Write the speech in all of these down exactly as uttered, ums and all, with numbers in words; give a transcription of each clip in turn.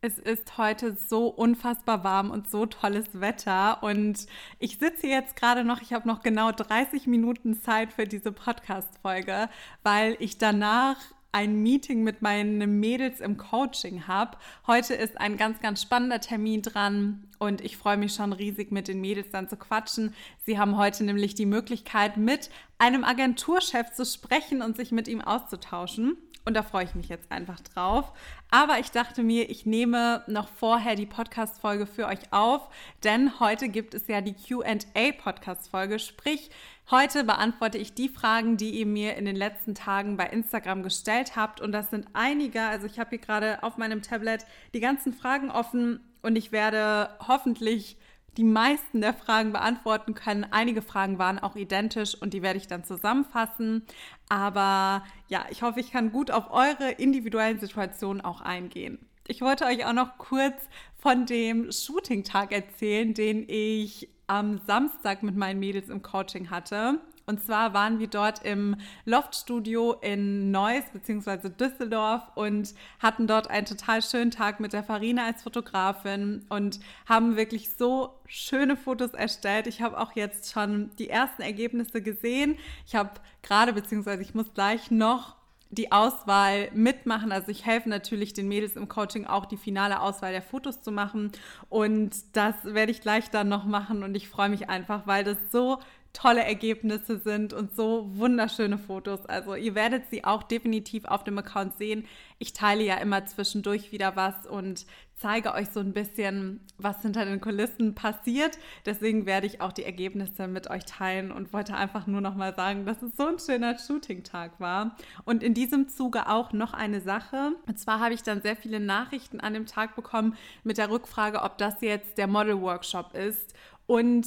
Es ist heute so unfassbar warm und so tolles Wetter und ich sitze jetzt gerade noch, ich habe noch genau dreißig Minuten Zeit für diese Podcast-Folge, weil ich danach ein Meeting mit meinen Mädels im Coaching habe. Heute ist ein ganz, ganz spannender Termin dran und ich freue mich schon riesig, mit den Mädels dann zu quatschen. Sie haben heute nämlich die Möglichkeit, mit einem Agenturchef zu sprechen und sich mit ihm auszutauschen. Und da freue ich mich jetzt einfach drauf. Aber ich dachte mir, ich nehme noch vorher die Podcast-Folge für euch auf, denn heute gibt es ja die Q and A-Podcast-Folge. Sprich, heute beantworte ich die Fragen, die ihr mir in den letzten Tagen bei Instagram gestellt habt. Und das sind einige. Also ich habe hier gerade auf meinem Tablet die ganzen Fragen offen und ich werde hoffentlich die meisten der Fragen beantworten können. Einige Fragen waren auch identisch und die werde ich dann zusammenfassen. Aber ja, ich hoffe, ich kann gut auf eure individuellen Situationen auch eingehen. Ich wollte euch auch noch kurz von dem Shooting-Tag erzählen, den ich am Samstag mit meinen Mädels im Coaching hatte. Und zwar waren wir dort im Loftstudio in Neuss bzw. Düsseldorf und hatten dort einen total schönen Tag mit der Farina als Fotografin und haben wirklich so schöne Fotos erstellt. Ich habe auch jetzt schon die ersten Ergebnisse gesehen. Ich habe gerade bzw. ich muss gleich noch die Auswahl mitmachen. Also ich helfe natürlich den Mädels im Coaching auch, die finale Auswahl der Fotos zu machen. Und das werde ich gleich dann noch machen und ich freue mich einfach, weil das so tolle Ergebnisse sind und so wunderschöne Fotos. Also ihr werdet sie auch definitiv auf dem Account sehen. Ich teile ja immer zwischendurch wieder was und zeige euch so ein bisschen, was hinter den Kulissen passiert. Deswegen werde ich auch die Ergebnisse mit euch teilen und wollte einfach nur noch mal sagen, dass es so ein schöner Shooting-Tag war. Und in diesem Zuge auch noch eine Sache. Und zwar habe ich dann sehr viele Nachrichten an dem Tag bekommen mit der Rückfrage, ob das jetzt der Model-Workshop ist. Und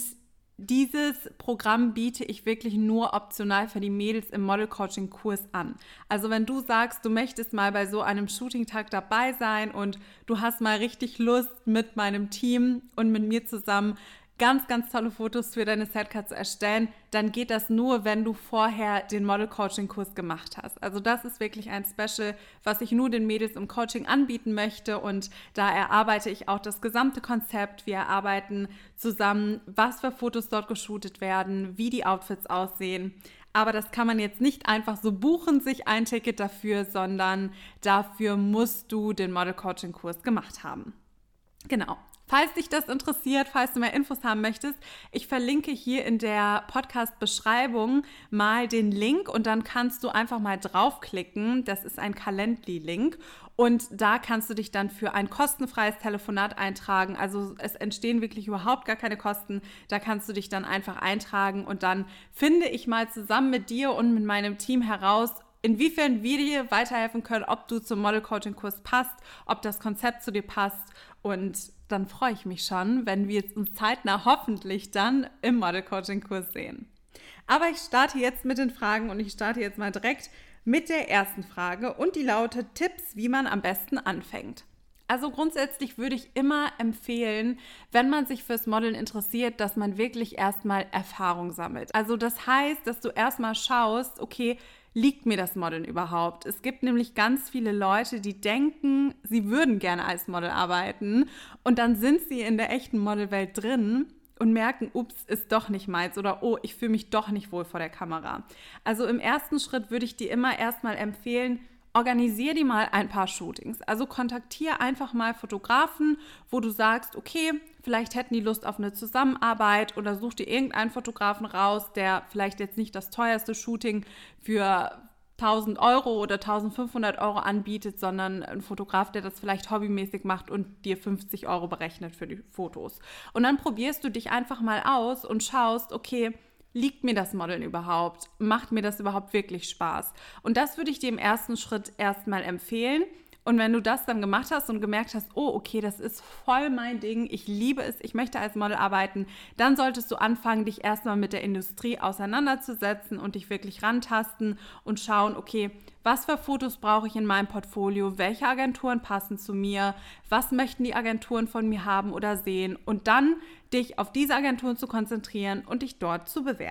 dieses Programm biete ich wirklich nur optional für die Mädels im Model-Coaching-Kurs an. Also wenn du sagst, du möchtest mal bei so einem Shooting-Tag dabei sein und du hast mal richtig Lust, mit meinem Team und mit mir zusammen ganz, ganz tolle Fotos für deine Setcard zu erstellen, dann geht das nur, wenn du vorher den Model-Coaching-Kurs gemacht hast. Also das ist wirklich ein Special, was ich nur den Mädels im Coaching anbieten möchte und da erarbeite ich auch das gesamte Konzept. Wir erarbeiten zusammen, was für Fotos dort geshootet werden, wie die Outfits aussehen. Aber das kann man jetzt nicht einfach so buchen, sich ein Ticket dafür, sondern dafür musst du den Model-Coaching-Kurs gemacht haben. Genau. Falls dich das interessiert, falls du mehr Infos haben möchtest, ich verlinke hier in der Podcast-Beschreibung mal den Link und dann kannst du einfach mal draufklicken. Das ist ein Calendly-Link und da kannst du dich dann für ein kostenfreies Telefonat eintragen. Also es entstehen wirklich überhaupt gar keine Kosten. Da kannst du dich dann einfach eintragen und dann finde ich mal zusammen mit dir und mit meinem Team heraus, inwiefern wir dir weiterhelfen können, ob du zum Model-Coaching-Kurs passt, ob das Konzept zu dir passt. Und dann freue ich mich schon, wenn wir uns zeitnah hoffentlich dann im Model-Coaching-Kurs sehen. Aber ich starte jetzt mit den Fragen und ich starte jetzt mal direkt mit der ersten Frage und die lautet: Tipps, wie man am besten anfängt. Also grundsätzlich würde ich immer empfehlen, wenn man sich fürs Modeln interessiert, dass man wirklich erstmal Erfahrung sammelt. Also das heißt, dass du erstmal schaust, okay, liegt mir das Modeln überhaupt? Es gibt nämlich ganz viele Leute, die denken, sie würden gerne als Model arbeiten und dann sind sie in der echten Modelwelt drin und merken, ups, ist doch nicht meins oder oh, ich fühle mich doch nicht wohl vor der Kamera. Also im ersten Schritt würde ich dir immer erstmal empfehlen, organisier dir mal ein paar Shootings. Also kontaktiere einfach mal Fotografen, wo du sagst, okay, vielleicht hätten die Lust auf eine Zusammenarbeit oder such dir irgendeinen Fotografen raus, der vielleicht jetzt nicht das teuerste Shooting für tausend Euro oder eintausendfünfhundert Euro anbietet, sondern ein Fotograf, der das vielleicht hobbymäßig macht und dir fünfzig Euro berechnet für die Fotos. Und dann probierst du dich einfach mal aus und schaust, okay, liegt mir das Modeln überhaupt? Macht mir das überhaupt wirklich Spaß? Und das würde ich dir im ersten Schritt erstmal empfehlen. Und wenn du das dann gemacht hast und gemerkt hast, oh, okay, das ist voll mein Ding, ich liebe es, ich möchte als Model arbeiten, dann solltest du anfangen, dich erstmal mit der Industrie auseinanderzusetzen und dich wirklich rantasten und schauen, okay, was für Fotos brauche ich in meinem Portfolio, welche Agenturen passen zu mir, was möchten die Agenturen von mir haben oder sehen und dann dich auf diese Agenturen zu konzentrieren und dich dort zu bewerben.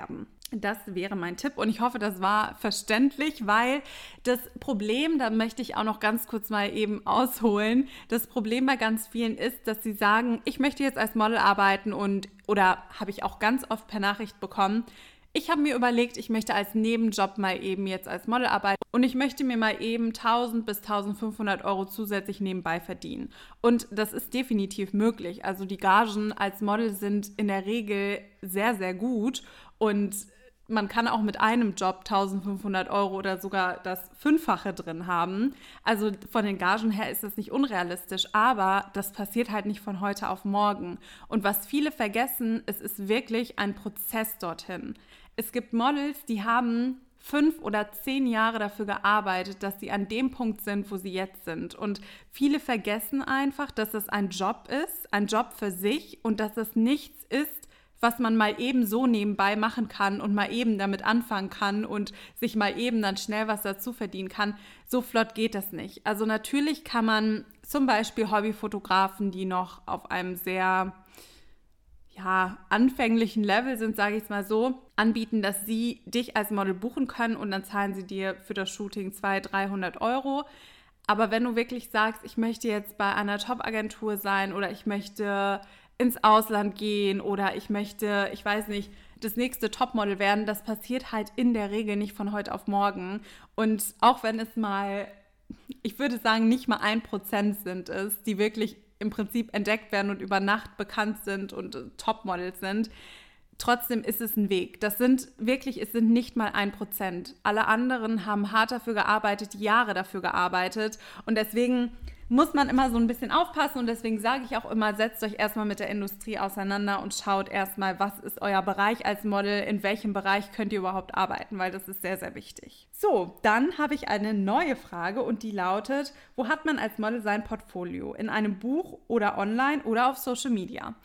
Das wäre mein Tipp und ich hoffe, das war verständlich, weil das Problem, da möchte ich auch noch ganz kurz mal eben ausholen, das Problem bei ganz vielen ist, dass sie sagen, ich möchte jetzt als Model arbeiten und, oder habe ich auch ganz oft per Nachricht bekommen, ich habe mir überlegt, ich möchte als Nebenjob mal eben jetzt als Model arbeiten und ich möchte mir mal eben tausend bis eintausendfünfhundert Euro zusätzlich nebenbei verdienen. Und das ist definitiv möglich. Also die Gagen als Model sind in der Regel sehr, sehr gut und man kann auch mit einem Job eintausendfünfhundert Euro oder sogar das Fünffache drin haben. Also von den Gagen her ist das nicht unrealistisch, aber das passiert halt nicht von heute auf morgen. Und was viele vergessen, es ist wirklich ein Prozess dorthin. Es gibt Models, die haben fünf oder zehn Jahre dafür gearbeitet, dass sie an dem Punkt sind, wo sie jetzt sind. Und viele vergessen einfach, dass es ein Job ist, ein Job für sich und dass es nichts ist, was man mal eben so nebenbei machen kann und mal eben damit anfangen kann und sich mal eben dann schnell was dazu verdienen kann. So flott geht das nicht. Also natürlich kann man zum Beispiel Hobbyfotografen, die noch auf einem sehr ja, anfänglichen Level sind, sage ich es mal so, anbieten, dass sie dich als Model buchen können und dann zahlen sie dir für das Shooting zweihundert, dreihundert Euro. Aber wenn du wirklich sagst, ich möchte jetzt bei einer Top-Agentur sein oder ich möchte ins Ausland gehen oder ich möchte, ich weiß nicht, das nächste Topmodel werden, das passiert halt in der Regel nicht von heute auf morgen. Und auch wenn es mal, ich würde sagen, nicht mal ein Prozent sind es, die wirklich im Prinzip entdeckt werden und über Nacht bekannt sind und Topmodels sind, trotzdem ist es ein Weg. Das sind wirklich, es sind nicht mal ein Prozent. Alle anderen haben hart dafür gearbeitet, Jahre dafür gearbeitet und deswegen muss man immer so ein bisschen aufpassen und deswegen sage ich auch immer, setzt euch erstmal mit der Industrie auseinander und schaut erstmal, was ist euer Bereich als Model, in welchem Bereich könnt ihr überhaupt arbeiten, weil das ist sehr, sehr wichtig. So, dann habe ich eine neue Frage und die lautet, wo hat man als Model sein Portfolio? In einem Buch oder online oder auf Social Media?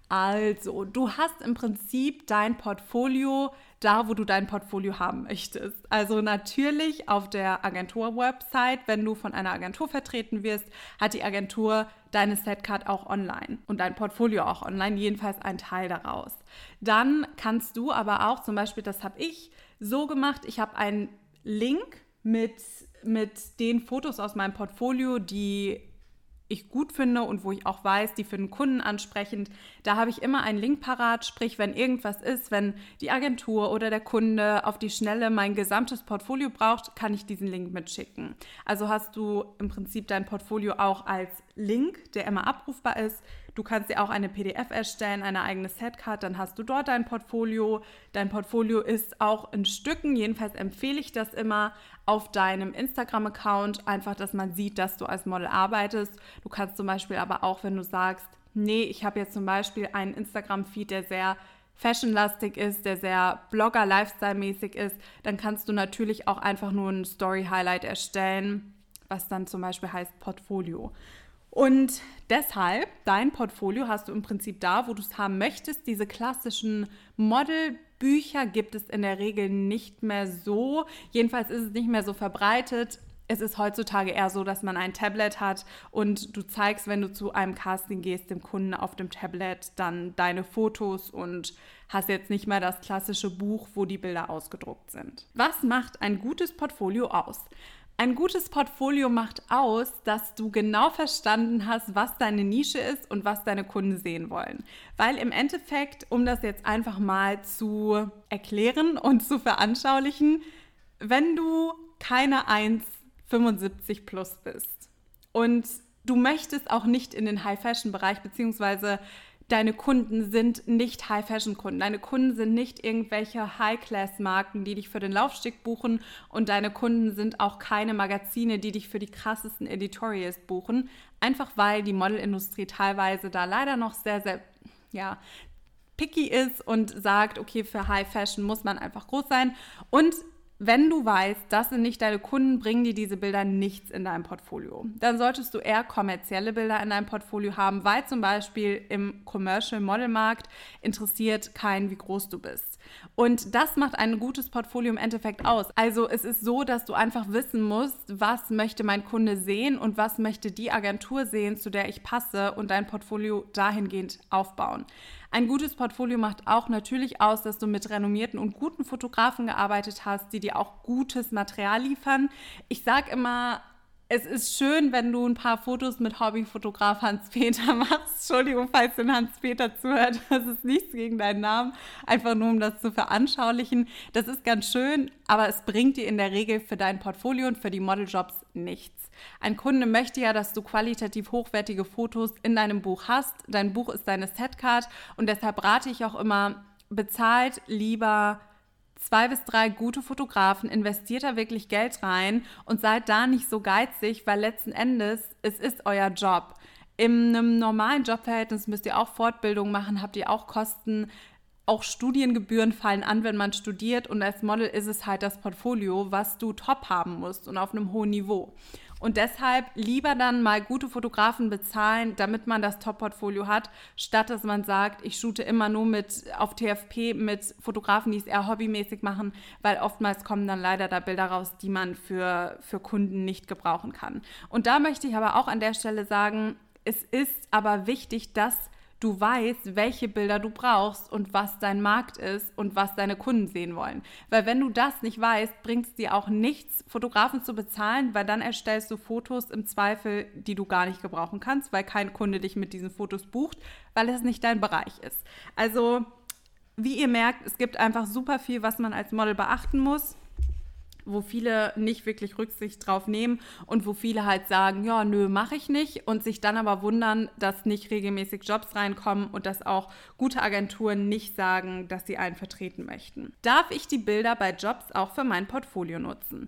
Also, du hast im Prinzip dein Portfolio da, wo du dein Portfolio haben möchtest. Also natürlich auf der Agentur-Website, wenn du von einer Agentur vertreten wirst, hat die Agentur deine Setcard auch online und dein Portfolio auch online, jedenfalls ein Teil daraus. Dann kannst du aber auch, zum Beispiel, das habe ich so gemacht, ich habe einen Link mit, mit den Fotos aus meinem Portfolio, die ich gut finde und wo ich auch weiß, die für den Kunden ansprechend, da habe ich immer einen Link parat, sprich, wenn irgendwas ist, wenn die Agentur oder der Kunde auf die Schnelle mein gesamtes Portfolio braucht, kann ich diesen Link mitschicken. Also hast du im Prinzip dein Portfolio auch als Link, der immer abrufbar ist. Du kannst dir auch eine P D F erstellen, eine eigene Setcard, dann hast du dort dein Portfolio. Dein Portfolio ist auch in Stücken, jedenfalls empfehle ich das immer auf deinem Instagram-Account, einfach, dass man sieht, dass du als Model arbeitest. Du kannst zum Beispiel aber auch, wenn du sagst, nee, ich habe jetzt zum Beispiel einen Instagram-Feed, der sehr fashionlastig ist, der sehr Blogger-Lifestyle-mäßig ist, dann kannst du natürlich auch einfach nur ein Story-Highlight erstellen, was dann zum Beispiel heißt Portfolio. Und deshalb, dein Portfolio hast du im Prinzip da, wo du es haben möchtest. Diese klassischen Modelbücher gibt es in der Regel nicht mehr so. Jedenfalls ist es nicht mehr so verbreitet. Es ist heutzutage eher so, dass man ein Tablet hat und du zeigst, wenn du zu einem Casting gehst, dem Kunden auf dem Tablet dann deine Fotos und hast jetzt nicht mehr das klassische Buch, wo die Bilder ausgedruckt sind. Was macht ein gutes Portfolio aus? Ein gutes Portfolio macht aus, dass du genau verstanden hast, was deine Nische ist und was deine Kunden sehen wollen. Weil im Endeffekt, um das jetzt einfach mal zu erklären und zu veranschaulichen, wenn du keine eins Komma fünfundsiebzig plus bist und du möchtest auch nicht in den High-Fashion-Bereich, beziehungsweise deine Kunden sind nicht High-Fashion-Kunden. Deine Kunden sind nicht irgendwelche High-Class-Marken, die dich für den Laufsteg buchen. Und deine Kunden sind auch keine Magazine, die dich für die krassesten Editorials buchen. Einfach weil die Modelindustrie teilweise da leider noch sehr, sehr, ja, picky ist und sagt, okay, für High-Fashion muss man einfach groß sein. Und wenn du weißt, das sind nicht deine Kunden, bringen dir diese Bilder nichts in deinem Portfolio. Dann solltest du eher kommerzielle Bilder in deinem Portfolio haben, weil zum Beispiel im Commercial-Model-Markt interessiert keinen, wie groß du bist. Und das macht ein gutes Portfolio im Endeffekt aus. Also es ist so, dass du einfach wissen musst, was möchte mein Kunde sehen und was möchte die Agentur sehen, zu der ich passe und dein Portfolio dahingehend aufbauen. Ein gutes Portfolio macht auch natürlich aus, dass du mit renommierten und guten Fotografen gearbeitet hast, die dir auch gutes Material liefern. Ich sage immer, es ist schön, wenn du ein paar Fotos mit Hobbyfotograf Hans-Peter machst. Entschuldigung, falls den Hans-Peter zuhört, das ist nichts gegen deinen Namen, einfach nur um das zu veranschaulichen. Das ist ganz schön, aber es bringt dir in der Regel für dein Portfolio und für die Modeljobs nichts. Ein Kunde möchte ja, dass du qualitativ hochwertige Fotos in deinem Buch hast. Dein Buch ist deine Setcard und deshalb rate ich auch immer, bezahlt lieber zwei bis drei gute Fotografen, investiert da wirklich Geld rein und seid da nicht so geizig, weil letzten Endes, es ist euer Job. In einem normalen Jobverhältnis müsst ihr auch Fortbildung machen, habt ihr auch Kosten, auch Studiengebühren fallen an, wenn man studiert und als Model ist es halt das Portfolio, was du top haben musst und auf einem hohen Niveau. Und deshalb lieber dann mal gute Fotografen bezahlen, damit man das Top-Portfolio hat, statt dass man sagt, ich shoote immer nur mit auf T F P mit Fotografen, die es eher hobbymäßig machen, weil oftmals kommen dann leider da Bilder raus, die man für, für Kunden nicht gebrauchen kann. Und da möchte ich aber auch an der Stelle sagen, es ist aber wichtig, dass du weißt, welche Bilder du brauchst und was dein Markt ist und was deine Kunden sehen wollen. Weil wenn du das nicht weißt, bringt es dir auch nichts, Fotografen zu bezahlen, weil dann erstellst du Fotos im Zweifel, die du gar nicht gebrauchen kannst, weil kein Kunde dich mit diesen Fotos bucht, weil es nicht dein Bereich ist. Also, wie ihr merkt, es gibt einfach super viel, was man als Model beachten muss, wo viele nicht wirklich Rücksicht drauf nehmen und wo viele halt sagen, ja, nö, mache ich nicht und sich dann aber wundern, dass nicht regelmäßig Jobs reinkommen und dass auch gute Agenturen nicht sagen, dass sie einen vertreten möchten. Darf ich die Bilder bei Jobs auch für mein Portfolio nutzen?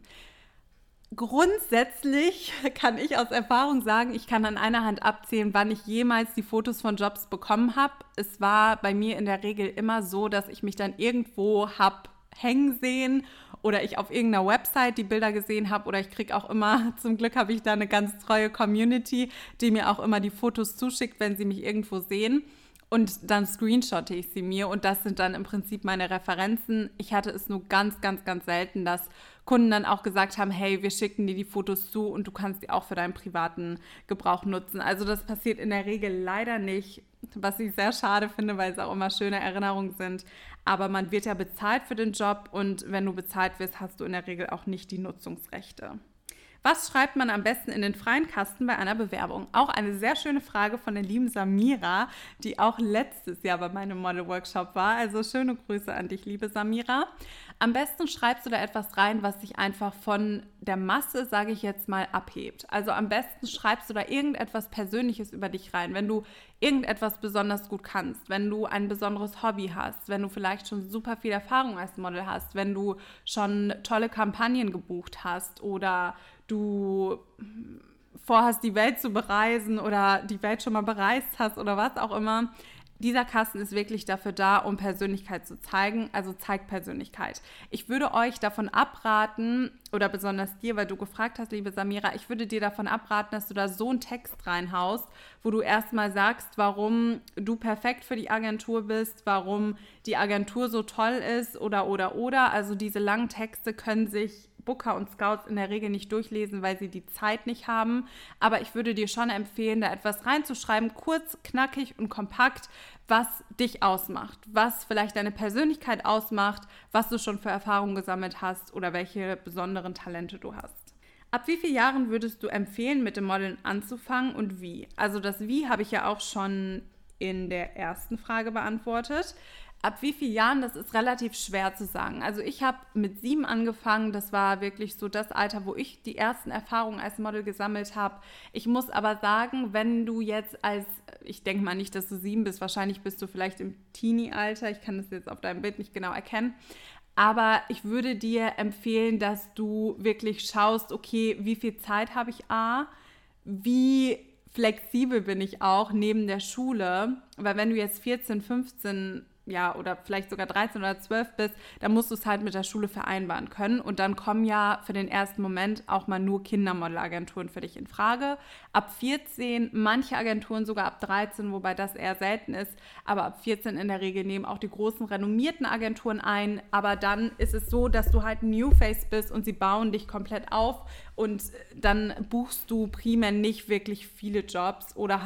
Grundsätzlich kann ich aus Erfahrung sagen, ich kann an einer Hand abzählen, wann ich jemals die Fotos von Jobs bekommen habe. Es war bei mir in der Regel immer so, dass ich mich dann irgendwo habe hängen sehen oder ich auf irgendeiner Website die Bilder gesehen habe oder ich kriege auch immer, zum Glück habe ich da eine ganz treue Community, die mir auch immer die Fotos zuschickt, wenn sie mich irgendwo sehen und dann screenshotte ich sie mir und das sind dann im Prinzip meine Referenzen. Ich hatte es nur ganz, ganz, ganz selten, dass Kunden dann auch gesagt haben, hey, wir schicken dir die Fotos zu und du kannst die auch für deinen privaten Gebrauch nutzen. Also das passiert in der Regel leider nicht, was ich sehr schade finde, weil es auch immer schöne Erinnerungen sind. Aber man wird ja bezahlt für den Job und wenn du bezahlt wirst, hast du in der Regel auch nicht die Nutzungsrechte. Was schreibt man am besten in den freien Kasten bei einer Bewerbung? Auch eine sehr schöne Frage von der lieben Samira, die auch letztes Jahr bei meinem Model-Workshop war. Also schöne Grüße an dich, liebe Samira. Am besten schreibst du da etwas rein, was sich einfach von der Masse, sage ich jetzt mal, abhebt. Also am besten schreibst du da irgendetwas Persönliches über dich rein. Wenn du irgendetwas besonders gut kannst, wenn du ein besonderes Hobby hast, wenn du vielleicht schon super viel Erfahrung als Model hast, wenn du schon tolle Kampagnen gebucht hast oder du vorhast, die Welt zu bereisen oder die Welt schon mal bereist hast oder was auch immer. Dieser Kasten ist wirklich dafür da, um Persönlichkeit zu zeigen, also zeigt Persönlichkeit. Ich würde euch davon abraten, oder besonders dir, weil du gefragt hast, liebe Samira, ich würde dir davon abraten, dass du da so einen Text reinhaust, wo du erstmal sagst, warum du perfekt für die Agentur bist, warum die Agentur so toll ist oder, oder, oder. Also diese langen Texte können sich Booker und Scouts in der Regel nicht durchlesen, weil sie die Zeit nicht haben. Aber ich würde dir schon empfehlen, da etwas reinzuschreiben, kurz, knackig und kompakt, was dich ausmacht, was vielleicht deine Persönlichkeit ausmacht, was du schon für Erfahrungen gesammelt hast oder welche besonderen Talente du hast. Ab wie vielen Jahren würdest du empfehlen, mit dem Modeln anzufangen und wie? Also das Wie habe ich ja auch schon in der ersten Frage beantwortet. Ab wie vielen Jahren, das ist relativ schwer zu sagen. Also ich habe mit sieben angefangen, das war wirklich so das Alter, wo ich die ersten Erfahrungen als Model gesammelt habe. Ich muss aber sagen, wenn du jetzt als, ich denke mal nicht, dass du sieben bist, wahrscheinlich bist du vielleicht im Teenie-Alter, ich kann das jetzt auf deinem Bild nicht genau erkennen, aber ich würde dir empfehlen, dass du wirklich schaust, okay, wie viel Zeit habe ich A, wie flexibel bin ich auch neben der Schule, weil wenn du jetzt vierzehn, fünfzehn ja, oder vielleicht sogar dreizehn oder zwölf bist, dann musst du es halt mit der Schule vereinbaren können. Und dann kommen ja für den ersten Moment auch mal nur Kindermodelagenturen für dich in Frage. Ab vierzehn, manche Agenturen sogar ab dreizehn, wobei das eher selten ist, aber ab vierzehn in der Regel nehmen auch die großen renommierten Agenturen ein. Aber dann ist es so, dass du halt ein New Face bist und sie bauen dich komplett auf und dann buchst du primär nicht wirklich viele Jobs oder halt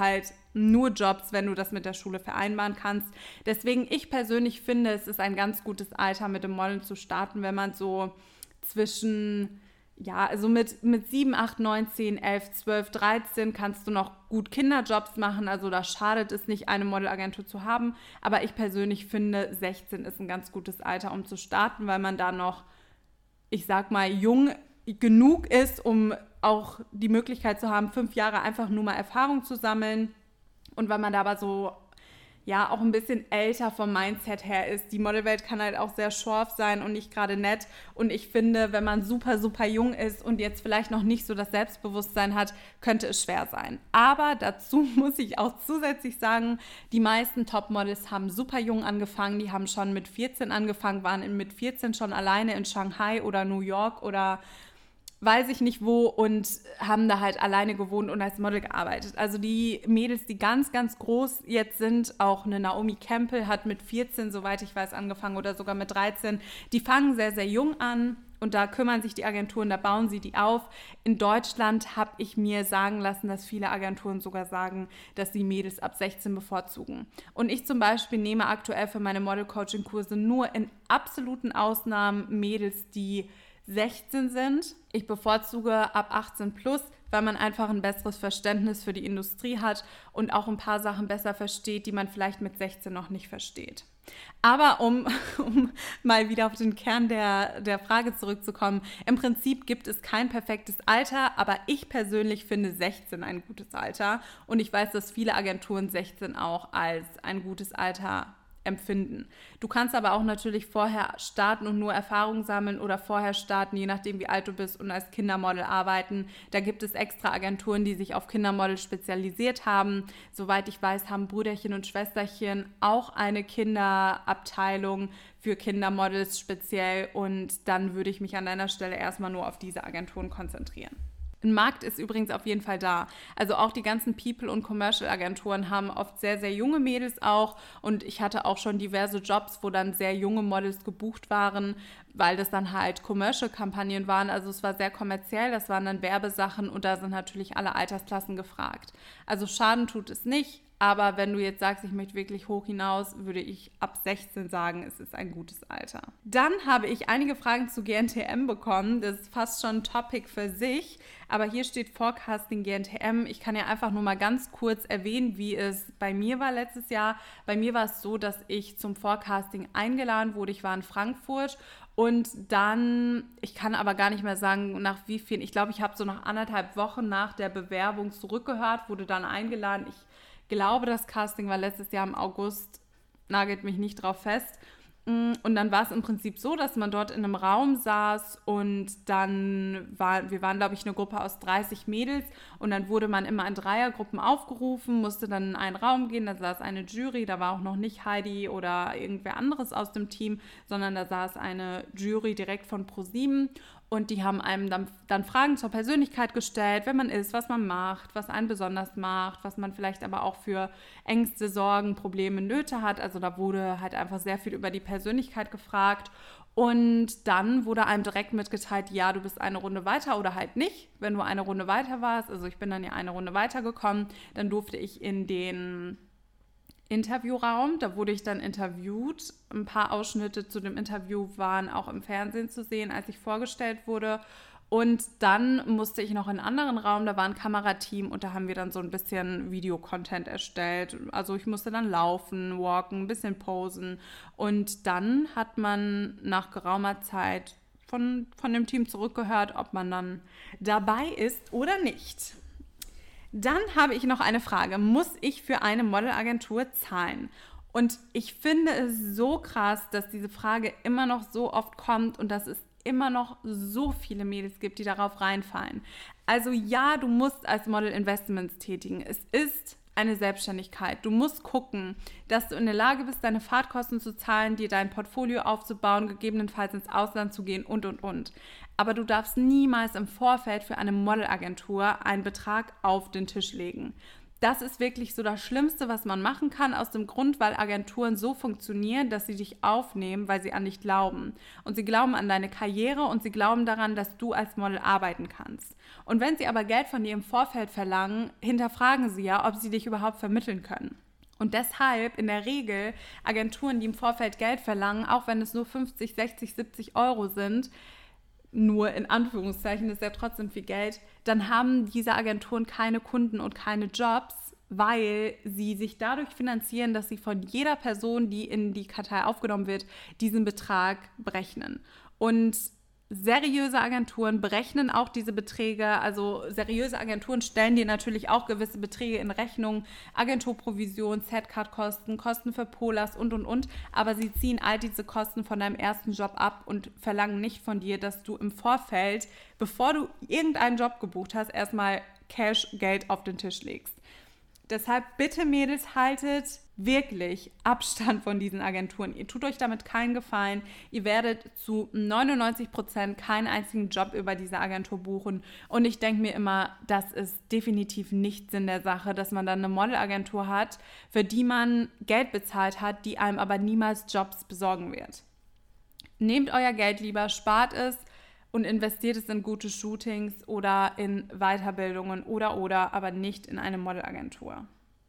nur Jobs, wenn du das mit der Schule vereinbaren kannst. Deswegen, ich persönlich finde, es ist ein ganz gutes Alter, mit dem Modeln zu starten, wenn man so zwischen, ja, also mit, mit sieben, acht, neun, zehn, elf, zwölf, dreizehn kannst du noch gut Kinderjobs machen. Also da schadet es nicht, eine Modelagentur zu haben. Aber ich persönlich finde, sechzehn ist ein ganz gutes Alter, um zu starten, weil man da noch, ich sag mal, jung genug ist, um auch die Möglichkeit zu haben, fünf Jahre einfach nur mal Erfahrung zu sammeln. Und weil man da aber so, ja, auch ein bisschen älter vom Mindset her ist. Die Modelwelt kann halt auch sehr schorf sein und nicht gerade nett. Und ich finde, wenn man super, super jung ist und jetzt vielleicht noch nicht so das Selbstbewusstsein hat, könnte es schwer sein. Aber dazu muss ich auch zusätzlich sagen, die meisten Topmodels haben super jung angefangen. Die haben schon mit vierzehn angefangen, waren mit vierzehn schon alleine in Shanghai oder New York oder weiß ich nicht wo und haben da halt alleine gewohnt und als Model gearbeitet. Also die Mädels, die ganz, ganz groß jetzt sind, auch eine Naomi Campbell hat mit vierzehn, soweit ich weiß, angefangen oder sogar mit dreizehn. Die fangen sehr, sehr jung an und da kümmern sich die Agenturen, da bauen sie die auf. In Deutschland habe ich mir sagen lassen, dass viele Agenturen sogar sagen, dass sie Mädels ab sechzehn bevorzugen. Und ich zum Beispiel nehme aktuell für meine Model-Coaching-Kurse nur in absoluten Ausnahmen Mädels, die sechzehn sind. Ich bevorzuge ab achtzehn plus, weil man einfach ein besseres Verständnis für die Industrie hat und auch ein paar Sachen besser versteht, die man vielleicht mit sechzehn noch nicht versteht. Aber um, um mal wieder auf den Kern der, der Frage zurückzukommen, im Prinzip gibt es kein perfektes Alter, aber ich persönlich finde sechzehn ein gutes Alter und ich weiß, dass viele Agenturen sechzehn auch als ein gutes Alter empfinden. Du kannst aber auch natürlich vorher starten und nur Erfahrung sammeln oder vorher starten, je nachdem wie alt du bist und als Kindermodel arbeiten. Da gibt es extra Agenturen, die sich auf Kindermodel spezialisiert haben. Soweit ich weiß, haben Brüderchen und Schwesterchen auch eine Kinderabteilung für Kindermodels speziell und dann würde ich mich an deiner Stelle erstmal nur auf diese Agenturen konzentrieren. Ein Markt ist übrigens auf jeden Fall da. Also auch die ganzen People- und Commercial-Agenturen haben oft sehr, sehr junge Mädels auch. Und ich hatte auch schon diverse Jobs, wo dann sehr junge Models gebucht waren, weil das dann halt Commercial-Kampagnen waren. Also es war sehr kommerziell, das waren dann Werbesachen und da sind natürlich alle Altersklassen gefragt. Also Schaden tut es nicht. Aber wenn du jetzt sagst, ich möchte wirklich hoch hinaus, würde ich ab sechzehn sagen, es ist ein gutes Alter. Dann habe ich einige Fragen zu G N T M bekommen. Das ist fast schon ein Topic für sich. Aber hier steht Forecasting G N T M. Ich kann ja einfach nur mal ganz kurz erwähnen, wie es bei mir war letztes Jahr. Bei mir war es so, dass ich zum Forecasting eingeladen wurde. Ich war in Frankfurt. Und dann, ich kann aber gar nicht mehr sagen, nach wie vielen. Ich glaube, ich habe so nach anderthalb Wochen nach der Bewerbung zurückgehört, wurde dann eingeladen. Ich Ich glaube, das Casting war letztes Jahr im August, nagelt mich nicht drauf fest. Und dann war es im Prinzip so, dass man dort in einem Raum saß und dann war, wir waren, glaube ich, eine Gruppe aus dreißig Mädels und dann wurde man immer in Dreiergruppen aufgerufen, musste dann in einen Raum gehen, da saß eine Jury, da war auch noch nicht Heidi oder irgendwer anderes aus dem Team, sondern da saß eine Jury direkt von ProSieben. Und die haben einem dann, dann Fragen zur Persönlichkeit gestellt, wer man ist, was man macht, was einen besonders macht, was man vielleicht aber auch für Ängste, Sorgen, Probleme, Nöte hat. Also da wurde halt einfach sehr viel über die Persönlichkeit gefragt. Und dann wurde einem direkt mitgeteilt, ja, du bist eine Runde weiter oder halt nicht. Wenn du eine Runde weiter warst, also ich bin dann ja eine Runde weitergekommen, dann durfte ich in den Interviewraum, da wurde ich dann interviewt. Ein paar Ausschnitte zu dem Interview waren auch im Fernsehen zu sehen, als ich vorgestellt wurde. Und dann musste ich noch in einen anderen Raum, da war ein Kamerateam und da haben wir dann so ein bisschen Videocontent erstellt. Also ich musste dann laufen, walken, ein bisschen posen. Und dann hat man nach geraumer Zeit von, von dem Team zurückgehört, ob man dann dabei ist oder nicht. Dann habe ich noch eine Frage. Muss ich für eine Modelagentur zahlen? Und ich finde es so krass, dass diese Frage immer noch so oft kommt und dass es immer noch so viele Mädels gibt, die darauf reinfallen. Also ja, du musst als Model Investments tätigen. Es ist eine Selbstständigkeit. Du musst gucken, dass du in der Lage bist, deine Fahrtkosten zu zahlen, dir dein Portfolio aufzubauen, gegebenenfalls ins Ausland zu gehen und, und, und. Aber du darfst niemals im Vorfeld für eine Modelagentur einen Betrag auf den Tisch legen. Das ist wirklich so das Schlimmste, was man machen kann, aus dem Grund, weil Agenturen so funktionieren, dass sie dich aufnehmen, weil sie an dich glauben. Und sie glauben an deine Karriere und sie glauben daran, dass du als Model arbeiten kannst. Und wenn sie aber Geld von dir im Vorfeld verlangen, hinterfragen sie ja, ob sie dich überhaupt vermitteln können. Und deshalb in der Regel Agenturen, die im Vorfeld Geld verlangen, auch wenn es nur fünfzig, sechzig, siebzig Euro sind, nur in Anführungszeichen, ist ja trotzdem viel Geld, dann haben diese Agenturen keine Kunden und keine Jobs, weil sie sich dadurch finanzieren, dass sie von jeder Person, die in die Kartei aufgenommen wird, diesen Betrag berechnen. Und seriöse Agenturen berechnen auch diese Beträge, also seriöse Agenturen stellen dir natürlich auch gewisse Beträge in Rechnung, Agenturprovision, Setcard-Kosten, Kosten für Polars und, und, und, aber sie ziehen all diese Kosten von deinem ersten Job ab und verlangen nicht von dir, dass du im Vorfeld, bevor du irgendeinen Job gebucht hast, erstmal Cash, Geld auf den Tisch legst. Deshalb bitte Mädels, haltet wirklich Abstand von diesen Agenturen. Ihr tut euch damit keinen Gefallen. Ihr werdet zu neunundneunzig Prozent keinen einzigen Job über diese Agentur buchen. Und ich denke mir immer, das ist definitiv nicht Sinn der Sache, dass man dann eine Modelagentur hat, für die man Geld bezahlt hat, die einem aber niemals Jobs besorgen wird. Nehmt euer Geld lieber, spart es und investiert es in gute Shootings oder in Weiterbildungen oder oder, aber nicht in eine Modelagentur.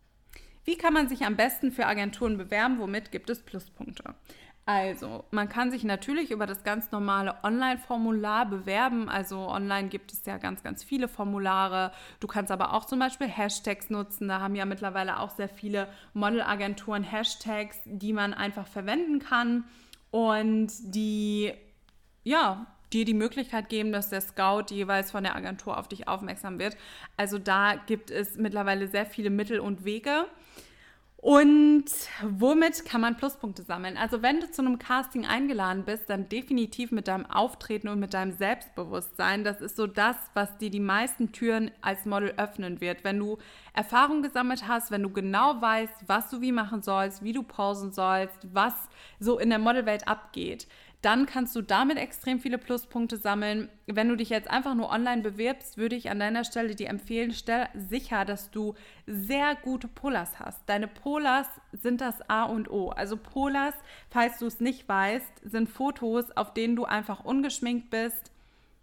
Wie kann man sich am besten für Agenturen bewerben? Womit gibt es Pluspunkte? Also, man kann sich natürlich über das ganz normale Online-Formular bewerben. Also online gibt es ja ganz, ganz viele Formulare. Du kannst aber auch zum Beispiel Hashtags nutzen. Da haben ja mittlerweile auch sehr viele Modelagenturen Hashtags, die man einfach verwenden kann und die, ja, dir die Möglichkeit geben, dass der Scout jeweils von der Agentur auf dich aufmerksam wird. Also da gibt es mittlerweile sehr viele Mittel und Wege. Und womit kann man Pluspunkte sammeln? Also wenn du zu einem Casting eingeladen bist, dann definitiv mit deinem Auftreten und mit deinem Selbstbewusstsein. Das ist so das, was dir die meisten Türen als Model öffnen wird. Wenn du Erfahrung gesammelt hast, wenn du genau weißt, was du wie machen sollst, wie du posen sollst, was so in der Modelwelt abgeht, dann kannst du damit extrem viele Pluspunkte sammeln. Wenn du dich jetzt einfach nur online bewirbst, würde ich an deiner Stelle dir empfehlen, stell sicher, dass du sehr gute Polars hast. Deine Polars sind das A und O. Also Polars, falls du es nicht weißt, sind Fotos, auf denen du einfach ungeschminkt bist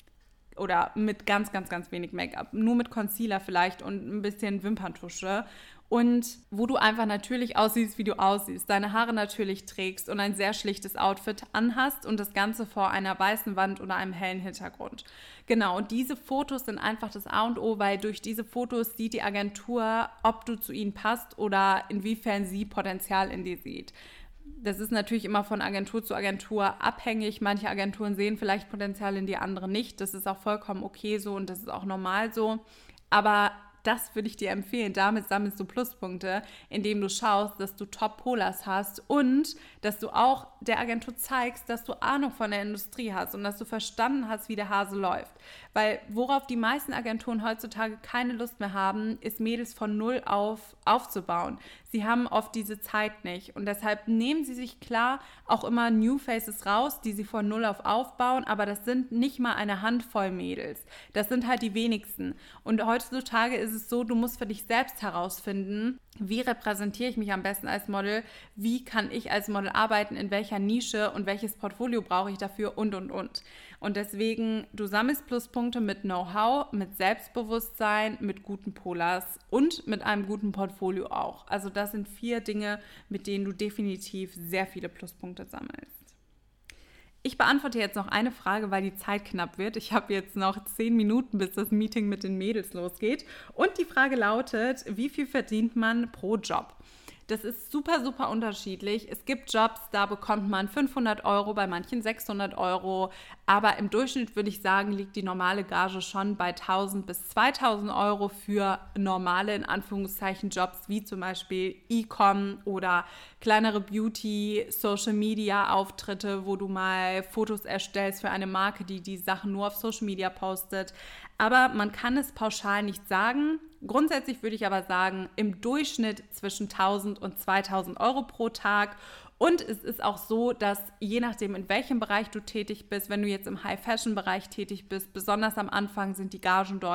oder mit ganz, ganz, ganz wenig Make-up. Nur mit Concealer vielleicht und ein bisschen Wimperntusche. Und wo du einfach natürlich aussiehst, wie du aussiehst, deine Haare natürlich trägst und ein sehr schlichtes Outfit anhast und das Ganze vor einer weißen Wand oder einem hellen Hintergrund. Genau, und diese Fotos sind einfach das A und O, weil durch diese Fotos sieht die Agentur, ob du zu ihnen passt oder inwiefern sie Potenzial in dir sieht. Das ist natürlich immer von Agentur zu Agentur abhängig. Manche Agenturen sehen vielleicht Potenzial in dir, andere nicht. Das ist auch vollkommen okay so und das ist auch normal so. Aber das würde ich dir empfehlen. Damit sammelst du Pluspunkte, indem du schaust, dass du Top-Polars hast und dass du auch der Agentur zeigst, dass du Ahnung von der Industrie hast und dass du verstanden hast, wie der Hase läuft. Weil worauf die meisten Agenturen heutzutage keine Lust mehr haben, ist Mädels von null auf aufzubauen. Sie haben oft diese Zeit nicht und deshalb nehmen sie sich klar auch immer New Faces raus, die sie von null auf aufbauen, aber das sind nicht mal eine Handvoll Mädels. Das sind halt die wenigsten. Und heutzutage ist es so, du musst für dich selbst herausfinden, wie repräsentiere ich mich am besten als Model, wie kann ich als Model arbeiten, in welcher Nische und welches Portfolio brauche ich dafür und, und, und. Und deswegen, du sammelst Pluspunkte mit Know-how, mit Selbstbewusstsein, mit guten Polars und mit einem guten Portfolio auch. Also das sind vier Dinge, mit denen du definitiv sehr viele Pluspunkte sammelst. Ich beantworte jetzt noch eine Frage, weil die Zeit knapp wird. Ich habe jetzt noch zehn Minuten, bis das Meeting mit den Mädels losgeht. Und die Frage lautet, wie viel verdient man pro Job? Das ist super, super unterschiedlich. Es gibt Jobs, da bekommt man fünfhundert Euro, bei manchen sechshundert Euro. Aber im Durchschnitt würde ich sagen, liegt die normale Gage schon bei tausend bis zweitausend Euro für normale, in Anführungszeichen, Jobs, wie zum Beispiel E-Com oder kleinere Beauty, Social-Media-Auftritte, wo du mal Fotos erstellst für eine Marke, die die Sachen nur auf Social Media postet. Aber man kann es pauschal nicht sagen. Grundsätzlich würde ich aber sagen, im Durchschnitt zwischen tausend und zweitausend Euro pro Tag. Und es ist auch so, dass je nachdem, in welchem Bereich du tätig bist, wenn du jetzt im High-Fashion-Bereich tätig bist, besonders am Anfang sind die Gagen dort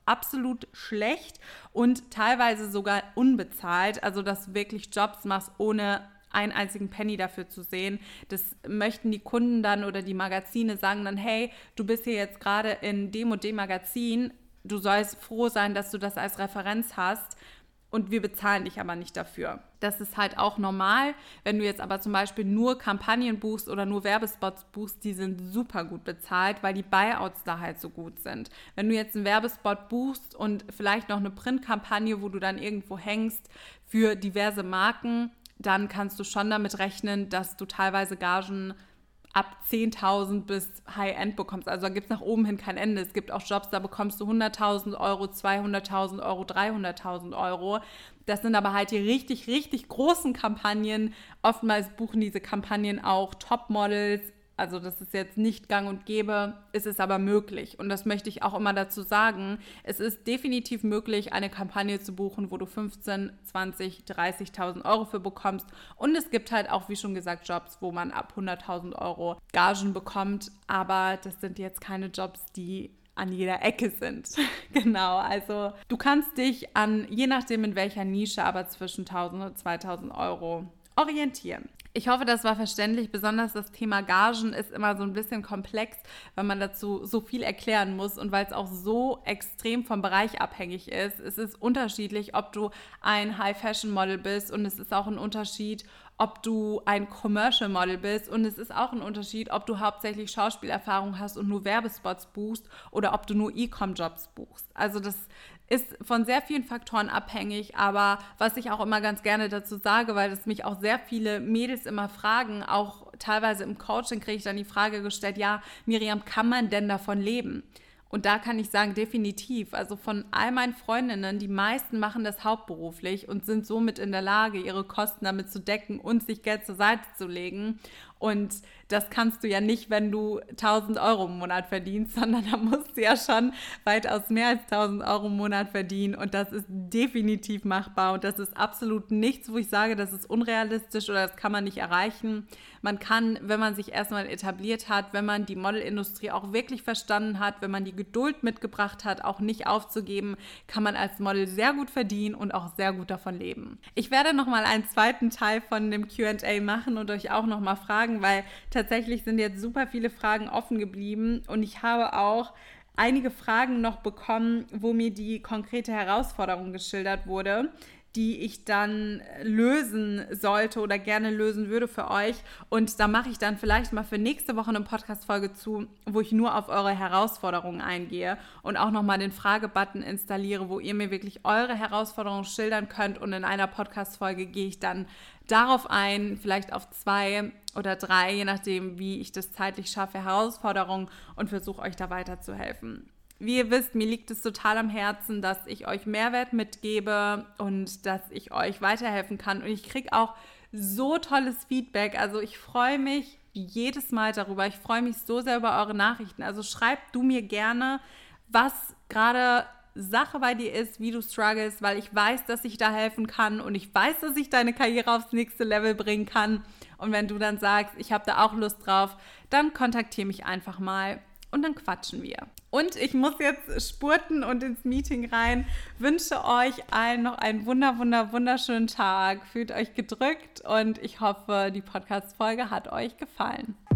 absolut schlecht und teilweise sogar unbezahlt. Also, dass du wirklich Jobs machst, ohne einen einzigen Penny dafür zu sehen. Das möchten die Kunden dann oder die Magazine sagen dann, hey, du bist hier jetzt gerade in dem und dem Magazin, du sollst froh sein, dass du das als Referenz hast und wir bezahlen dich aber nicht dafür. Das ist halt auch normal. Wenn du jetzt aber zum Beispiel nur Kampagnen buchst oder nur Werbespots buchst, die sind super gut bezahlt, weil die Buyouts da halt so gut sind. Wenn du jetzt einen Werbespot buchst und vielleicht noch eine Printkampagne, wo du dann irgendwo hängst für diverse Marken, dann kannst du schon damit rechnen, dass du teilweise Gagen ab zehntausend bis High-End bekommst. Also da gibt es nach oben hin kein Ende. Es gibt auch Jobs, da bekommst du hunderttausend Euro, zweihunderttausend Euro, dreihunderttausend Euro. Das sind aber halt die richtig, richtig großen Kampagnen. Oftmals buchen diese Kampagnen auch Topmodels. Also das ist jetzt nicht gang und gäbe, ist es aber möglich. Und das möchte ich auch immer dazu sagen. Es ist definitiv möglich, eine Kampagne zu buchen, wo du fünfzehntausend, zwanzigtausend, dreißigtausend Euro für bekommst. Und es gibt halt auch, wie schon gesagt, Jobs, wo man ab hunderttausend Euro Gagen bekommt. Aber das sind jetzt keine Jobs, die an jeder Ecke sind. Genau, also du kannst dich an, je nachdem in welcher Nische, aber zwischen tausend und zweitausend Euro orientieren. Ich hoffe, das war verständlich. Besonders das Thema Gagen ist immer so ein bisschen komplex, weil man dazu so viel erklären muss und weil es auch so extrem vom Bereich abhängig ist. Es ist unterschiedlich, ob du ein High-Fashion-Model bist und es ist auch ein Unterschied, ob du ein Commercial-Model bist und es ist auch ein Unterschied, ob du hauptsächlich Schauspielerfahrung hast und nur Werbespots buchst oder ob du nur E-Com-Jobs buchst. Also das ist von sehr vielen Faktoren abhängig, aber was ich auch immer ganz gerne dazu sage, weil das mich auch sehr viele Mädels immer fragen, auch teilweise im Coaching kriege ich dann die Frage gestellt, ja, Miriam, kann man denn davon leben? Und da kann ich sagen, definitiv. Also von all meinen Freundinnen, die meisten machen das hauptberuflich und sind somit in der Lage, ihre Kosten damit zu decken und sich Geld zur Seite zu legen. Und das kannst du ja nicht, wenn du tausend Euro im Monat verdienst, sondern da musst du ja schon weitaus mehr als tausend Euro im Monat verdienen. Und das ist definitiv machbar. Und das ist absolut nichts, wo ich sage, das ist unrealistisch oder das kann man nicht erreichen. Man kann, wenn man sich erstmal etabliert hat, wenn man die Modelindustrie auch wirklich verstanden hat, wenn man die Geduld mitgebracht hat, auch nicht aufzugeben, kann man als Model sehr gut verdienen und auch sehr gut davon leben. Ich werde nochmal einen zweiten Teil von dem Q and A machen und euch auch nochmal fragen, weil tatsächlich sind jetzt super viele Fragen offen geblieben und ich habe auch einige Fragen noch bekommen, wo mir die konkrete Herausforderung geschildert wurde, die ich dann lösen sollte oder gerne lösen würde für euch. Und da mache ich dann vielleicht mal für nächste Woche eine Podcast-Folge zu, wo ich nur auf eure Herausforderungen eingehe und auch nochmal den Fragebutton installiere, wo ihr mir wirklich eure Herausforderungen schildern könnt. Und in einer Podcast-Folge gehe ich dann darauf ein, vielleicht auf zwei oder drei, je nachdem, wie ich das zeitlich schaffe, Herausforderungen und versuche euch da weiterzuhelfen. Wie ihr wisst, mir liegt es total am Herzen, dass ich euch Mehrwert mitgebe und dass ich euch weiterhelfen kann. Und ich kriege auch so tolles Feedback. Also ich freue mich jedes Mal darüber. Ich freue mich so sehr über eure Nachrichten. Also schreib du mir gerne, was gerade Sache bei dir ist, wie du struggles, weil ich weiß, dass ich da helfen kann und ich weiß, dass ich deine Karriere aufs nächste Level bringen kann. Und wenn du dann sagst, ich habe da auch Lust drauf, dann kontaktiere mich einfach mal. Und dann quatschen wir. Und ich muss jetzt spurten und ins Meeting rein. Wünsche euch allen noch einen wunder, wunder, wunderschönen Tag. Fühlt euch gedrückt und ich hoffe, die Podcast-Folge hat euch gefallen.